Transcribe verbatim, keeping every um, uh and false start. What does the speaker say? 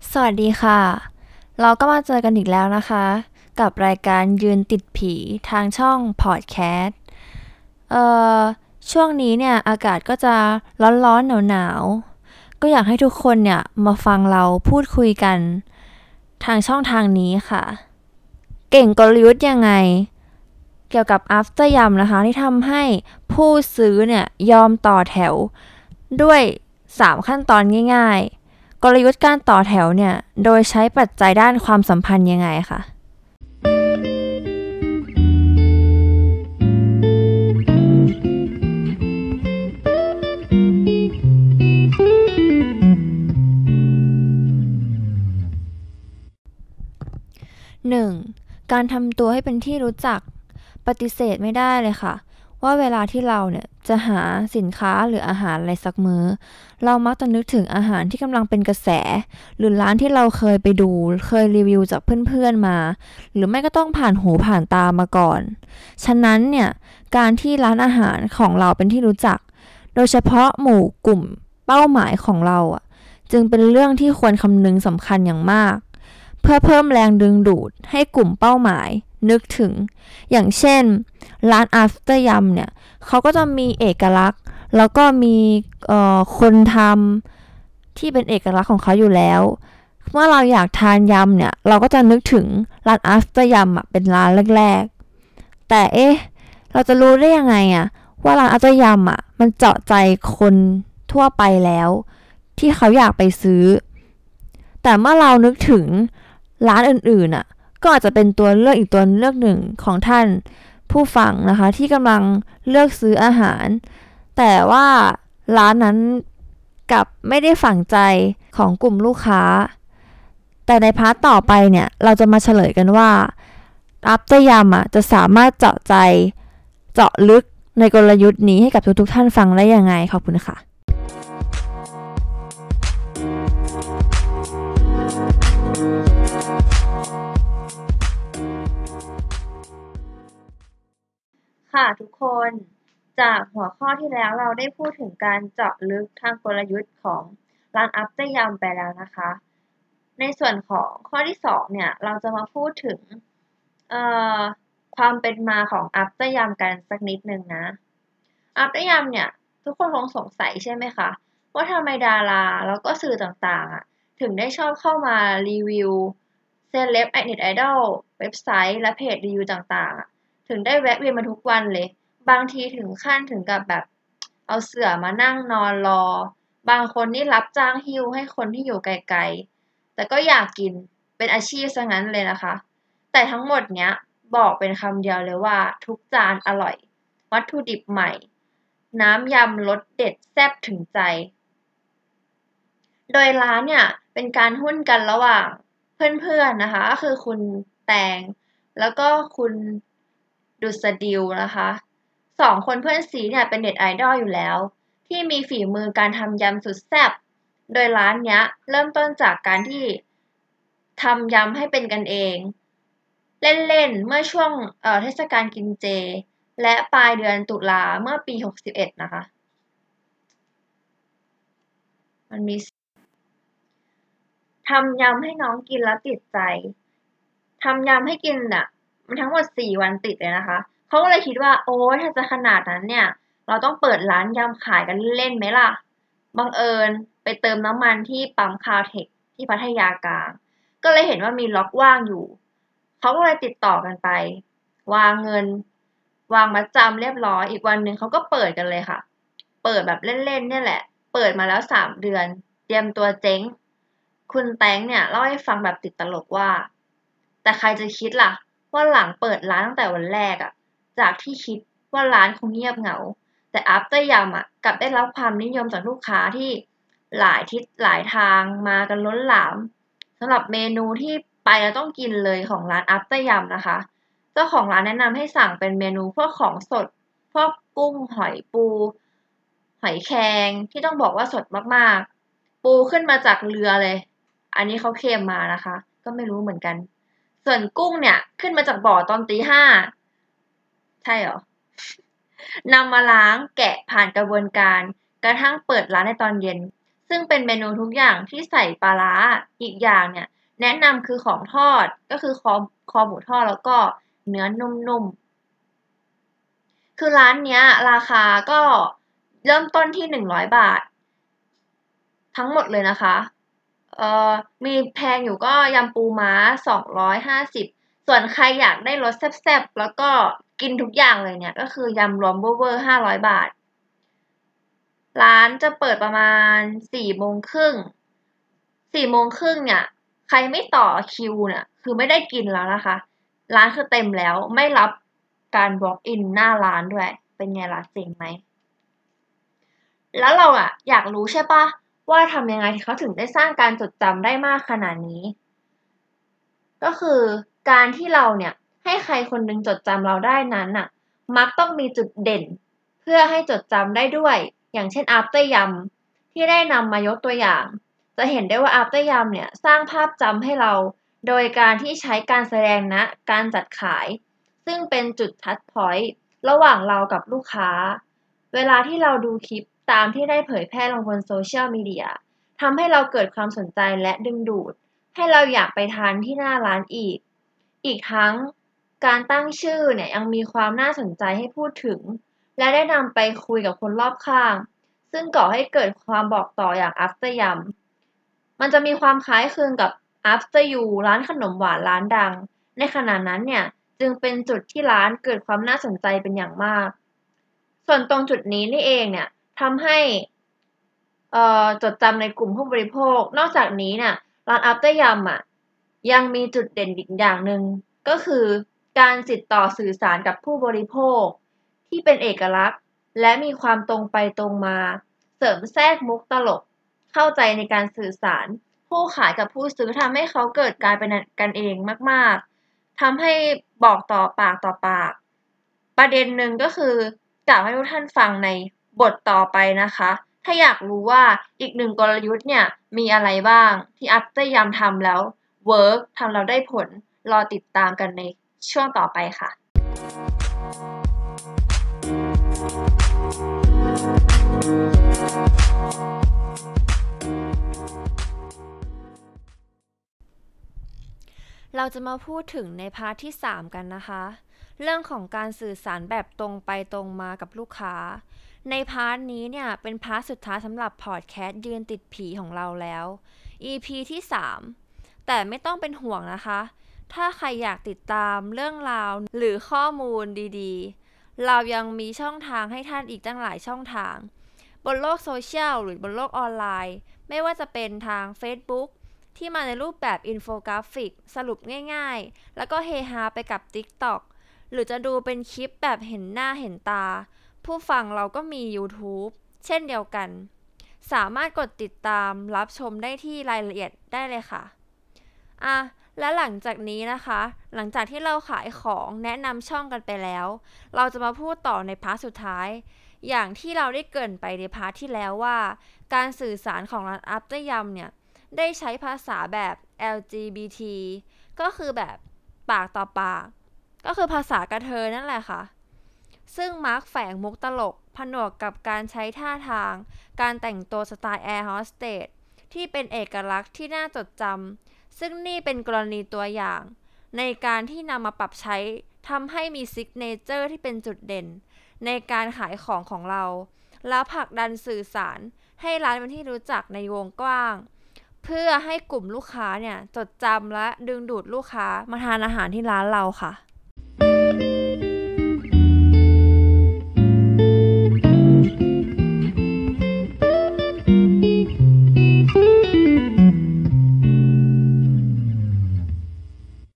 สวัสดีค่ะ เราก็มาเจอกันอีกแล้วนะคะ กับรายการยืนติดผีทางช่องพอดแคสต์เอ่อช่วงนี้เนี่ยอากาศก็จะร้อนๆหนาวๆก็อยากให้ทุกคนเนี่ยมาฟังเราพูดคุยกันทางช่องทางนี้ค่ะ เก่งกลยุทธ์ยังไงเกี่ยวกับ after yum นะคะที่ทำให้ผู้ซื้อเนี่ยยอมต่อแถวด้วยสามขั้นตอนง่ายๆกลยุทธ์การต่อแถวเนี่ยโดยใช้ปัจจัยด้านความสัมพันธ์ยังไงคะหนึ่งการทำตัวให้เป็นที่รู้จักปฏิเสธไม่ได้เลยค่ะว่าเวลาที่เราเนี่ยจะหาสินค้าหรืออาหารอะไรสักมื้อเรามักจะนึกถึงอาหารที่กำลังเป็นกระแสหรือร้านที่เราเคยไปดูเคยรีวิวจากเพื่อนๆมาหรือไม่ก็ต้องผ่านหูผ่านตามาก่อนฉะนั้นเนี่ยการที่ร้านอาหารของเราเป็นที่รู้จักโดยเฉพาะหมู่กลุ่มเป้าหมายของเราอ่ะจึงเป็นเรื่องที่ควรคำนึงสำคัญอย่างมากเพื่อเพิ่มแรงดึงดูดให้กลุ่มเป้าหมายนึกถึงอย่างเช่นร้าน After Yum เนี่ยเขาก็จะมีเอกลักษณ์แล้วก็มีคนทำที่เป็นเอกลักษณ์ของเขาอยู่แล้วเมื่อเราอยากทานยำเนี่ยเราก็จะนึกถึงร้าน After Yum อ่ะเป็นร้านแรกๆแต่เอ๊ะเราจะรู้ได้ยังไงอ่ะว่าร้าน After Yum อ่ะมันเจาะใจคนทั่วไปแล้วที่เขาอยากไปซื้อแต่เมื่อเรานึกถึงร้านอื่นๆอ่ะก็อาจจะเป็นตัวเลือกอีกตัวเลือกหนึ่งของท่านผู้ฟังนะคะที่กำลังเลือกซื้ออาหารแต่ว่าร้านนั้นกับไม่ได้ฝังใจของกลุ่มลูกค้าแต่ในพาร์ทต่อไปเนี่ยเราจะมาเฉลยกันว่าอัพเตอร์ยามอ่ะจะสามารถเจาะใจเจาะลึกในกลยุทธ์นี้ให้กับทุกๆท่านฟังได้ยังไงขอบคุณค่ะค่ะทุกคนจากหัวข้อที่แล้วเราได้พูดถึงการเจาะลึกทางกลยุทธ์ของร้านอัพเตอร์ยำไปแล้วนะคะในส่วนของข้อที่สองเนี่ยเราจะมาพูดถึงความเป็นมาของอัพเตอร์ยำกันสักนิดนึงนะอัพเตอร์ยำเนี่ยทุกคนคงสงสัยใช่ไหมคะว่าทำไมดาราแล้วก็สื่อต่างๆอ่ะถึงได้ชอบเข้ามารีวิวเซเลบไอเน็ตไอดอลเว็บไซต์และเพจรีวิวต่างๆ ถึงได้แวะเวียนมาทุกวันเลย บางทีถึงขั้นถึงกับแบบเอาเสื่อมานั่งนอนรอ บางคนนี่รับจ้างหิ้วให้คนที่อยู่ไกลๆ แต่ก็อยากกินเป็นอาชีพซะงั้นเลยนะคะ แต่ทั้งหมดเนี้ยบอกเป็นคำเดียวเลยว่าทุกจานอร่อย วัตถุดิบใหม่ น้ำยำรสเด็ดแซ่บถึงใจ โดยร้านเนี่ยเป็นการหุ้นกันระหว่างเพื่อนๆนะคะก็คือคุณแตงแล้วก็คุณดุษฎิวนะคะสองคนเพื่อนซีเนี่ยเป็นเน็ตไอดอลอยู่แล้วที่มีฝีมือการทำยำสุดแซ่บโดยร้านเนี้ยเริ่มต้นจากการที่ทำยำให้เป็นกันเองเล่นๆเมื่อช่วงเอ่อเทศกาลกินเจและปลายเดือนตุลาเมื่อปีหกสิบเอ็ดนะคะมันมี ทำยำให้น้องกินแล้วติดใจ ทำยำให้กินอ่ะมันทั้งหมดสี่วันติดเลยนะคะ เขาก็เลยคิดว่าโอ้ถ้าจะขนาดนั้นเนี่ยเราต้องเปิดร้านยำขายกันเล่นไหมล่ะบังเอิญไปเติมน้ำมันที่ปั๊มคาวเทคที่พัทยากลางก็เลยเห็นว่ามีล็อกว่างอยู่ เขาก็เลยติดต่อกันไป วางเงิน วางมัดจำเรียบร้อยอีกวันหนึ่งเขาก็เปิดกันเลยค่ะ เปิดแบบเล่นๆเนี่ยแหละ เปิดมาแล้วสามเดือนเตรียมตัวเจ๊ง คุณแตงเนี่ยเล่าให้ฟังแบบติดตลกว่าแต่ใครจะคิดล่ะว่าหลังเปิดร้านตั้งแต่วันแรกอะจากที่คิดว่าร้านคงเงียบเหงาแต่ After Yum อะกลับได้รับความนิยมจากลูกค้าที่หลายทิศหลายทางมากันล้นหลามสำหรับเมนูที่ไปแล้วต้องกินเลยของร้าน After Yum นะคะเจ้าของร้านแนะนำให้สั่งเป็นเมนูพวกของสดพวกกุ้งหอยปูหอยแครงที่ต้องบอกว่าสดมากๆปูขึ้นมาจากเรือเลย อันนี้เขาเคลมมานะคะก็ไม่รู้เหมือนกันส่วนกุ้งเนี่ยขึ้นมาจากบ่อตอนตีห้าใช่เหรอนำมาล้างแกะผ่านกระบวนการกระทั่งเปิดร้านในตอนเย็นซึ่งเป็นเมนูทุกอย่างที่ใส่ปลาร้าอีกอย่างเนี่ยแนะนำคือของทอดก็คือคอคอหมูทอดแล้วก็เนื้อนุ่มๆคือร้านเนี้ยราคาก็เริ่มต้นที่หนึ่งร้อยบาททั้งหมดเลยนะคะเอ่อมีแพงอยู่ก็ยำปูม้าสองร้อยห้าสิบส่วนใครอยากได้รสแซ่บๆแล้วก็กินทุกอย่างเลยเนี่ยก็คือยำรวมเวอร์ห้าร้อยบาทร้านจะเปิดประมาณสี่โมงครึ่งสี่โมงครึ่งเนี่ยใครไม่ต่อคิวเนี่ยคือไม่ได้กินแล้วนะคะร้านคือเต็มแล้วไม่รับการ walk in หน้าร้านด้วยเป็นไงล่ะเจ๋งไหม แล้วเราอะอยากรู้ใช่ปะว่าทำยังไงเขาถึงได้สร้างการจดจำได้มากขนาดนี้ก็คือการที่เราเนี่ยให้ใครคนหนึ่งจดจำเราได้นั้นน่ะมักต้องมีจุดเด่นเพื่อให้จดจำได้ด้วยอย่างเช่น after ยำที่ได้นำมายกตัวอย่างจะเห็นได้ว่า after ยำเนี่ยสร้างภาพจำให้เราโดยการที่ใช้การแสดงณการจัดขายซึ่งเป็นจุดทัชพอยต์ระหว่างเรากับลูกค้า เวลาที่เราดูคลิปตามที่ได้เผยแพร่ลงบนโซเชียลมีเดียทำให้เราเกิดความสนใจและดึงดูดให้เราอยากไปทานที่หน้าร้านอีกอีกทั้งการตั้งชื่อเนี่ยยังมีความน่าสนใจให้พูดถึงและได้นำไปคุยกับคนรอบข้างซึ่งก่อให้เกิดความบอกต่ออย่าง after ยำมันจะมีความคล้ายคลึงกับ after you ร้านขนมหวานร้านดังในขณะนั้นเนี่ยจึงเป็นจุดที่ร้านเกิดความน่าสนใจเป็นอย่างมาก ส่วนตรงจุดนี้นี่เองเนี่ยทำให้เอ่อจดจำในกลุ่มผู้บริโภค นอกจากนี้เนี่ยร้าน After ยำอ่ะยังมีจุดเด่นอีกอย่างหนึ่งก็คือการติดต่อสื่อสารกับผู้บริโภคที่เป็นเอกลักษณ์และมีความตรงไปตรงมาเสริมแทรกมุกตลกเข้าใจในการสื่อสารผู้ขายกับผู้ซื้อทำให้เขาเกิดการเป็นกันเองมากๆทำให้บอกต่อปากต่อปากประเด็นหนึ่งก็คือ กล่าวให้ทุกท่านฟังในบทต่อไปนะคะ ถ้าอยากรู้ว่าอีกหนึ่งกลยุทธ์เนี่ยมีอะไรบ้างที่อัพเตอร์ยามทำแล้วเวิร์กทำแล้วได้ผล รอติดตามกันในช่วงต่อไปค่ะเราจะมาพูดถึงในพาร์ทที่สามกันนะคะเรื่องของการสื่อสารแบบตรงไปตรงมากับลูกค้าในพาร์ทนี้เนี่ยเป็นพาร์ทสุดท้ายสำหรับพอดแคสต์ยืนติดผีของเราแล้ว อี พี ที่สามแต่ไม่ต้องเป็นห่วงนะคะถ้าใครอยากติดตามเรื่องราวหรือข้อมูลดีๆเรายังมีช่องทางให้ท่านอีกตั้งหลายช่องทางบนโลกโซเชียลหรือบนโลกออนไลน์ไม่ว่าจะเป็นทาง Facebookที่มาในรูปแบบอินโฟกราฟิกสรุปง่ายๆแล้วก็เฮฮาไปกับ TikTok หรือจะดูเป็นคลิปแบบเห็นหน้าเห็นตาผู้ฟังเราก็มี YouTube เช่นเดียวกันสามารถกดติดตามรับชมได้ที่รายละเอียดได้เลยค่ะอ่ะและหลังจากนี้นะคะหลังจากที่เราขายของแนะนำช่องกันไปแล้วเราจะมาพูดต่อในพาร์ทสุดท้ายอย่างที่เราได้เกริ่นไปในพาร์ทที่แล้วว่าการสื่อสารของร้านอัพเตอร์ยำเนี่ยได้ใช้ภาษาแบบ แอล จี บี ที ก็คือแบบปากต่อปากก็คือภาษากระเทยนั่นแหละค่ะซึ่งมักแฝงมุกตลกผนวกกับการใช้ท่าทางการแต่งตัวสไตล์แอร์โฮสเตสที่เป็นเอกลักษณ์ที่น่าจดจำซึ่งนี่เป็นกรณีตัวอย่างในการที่นำมาปรับใช้ทำให้มีซิกเนเจอร์ที่เป็นจุดเด่นในการขายของของเราแล้วผลักดันสื่อสารให้ร้านเป็นที่รู้จักในวงกว้างเพื่อให้กลุ่มลูกค้าเนี่ยจดจำและดึงดูดลูกค้ามาทานอาหารที่ร้านเราค่ะ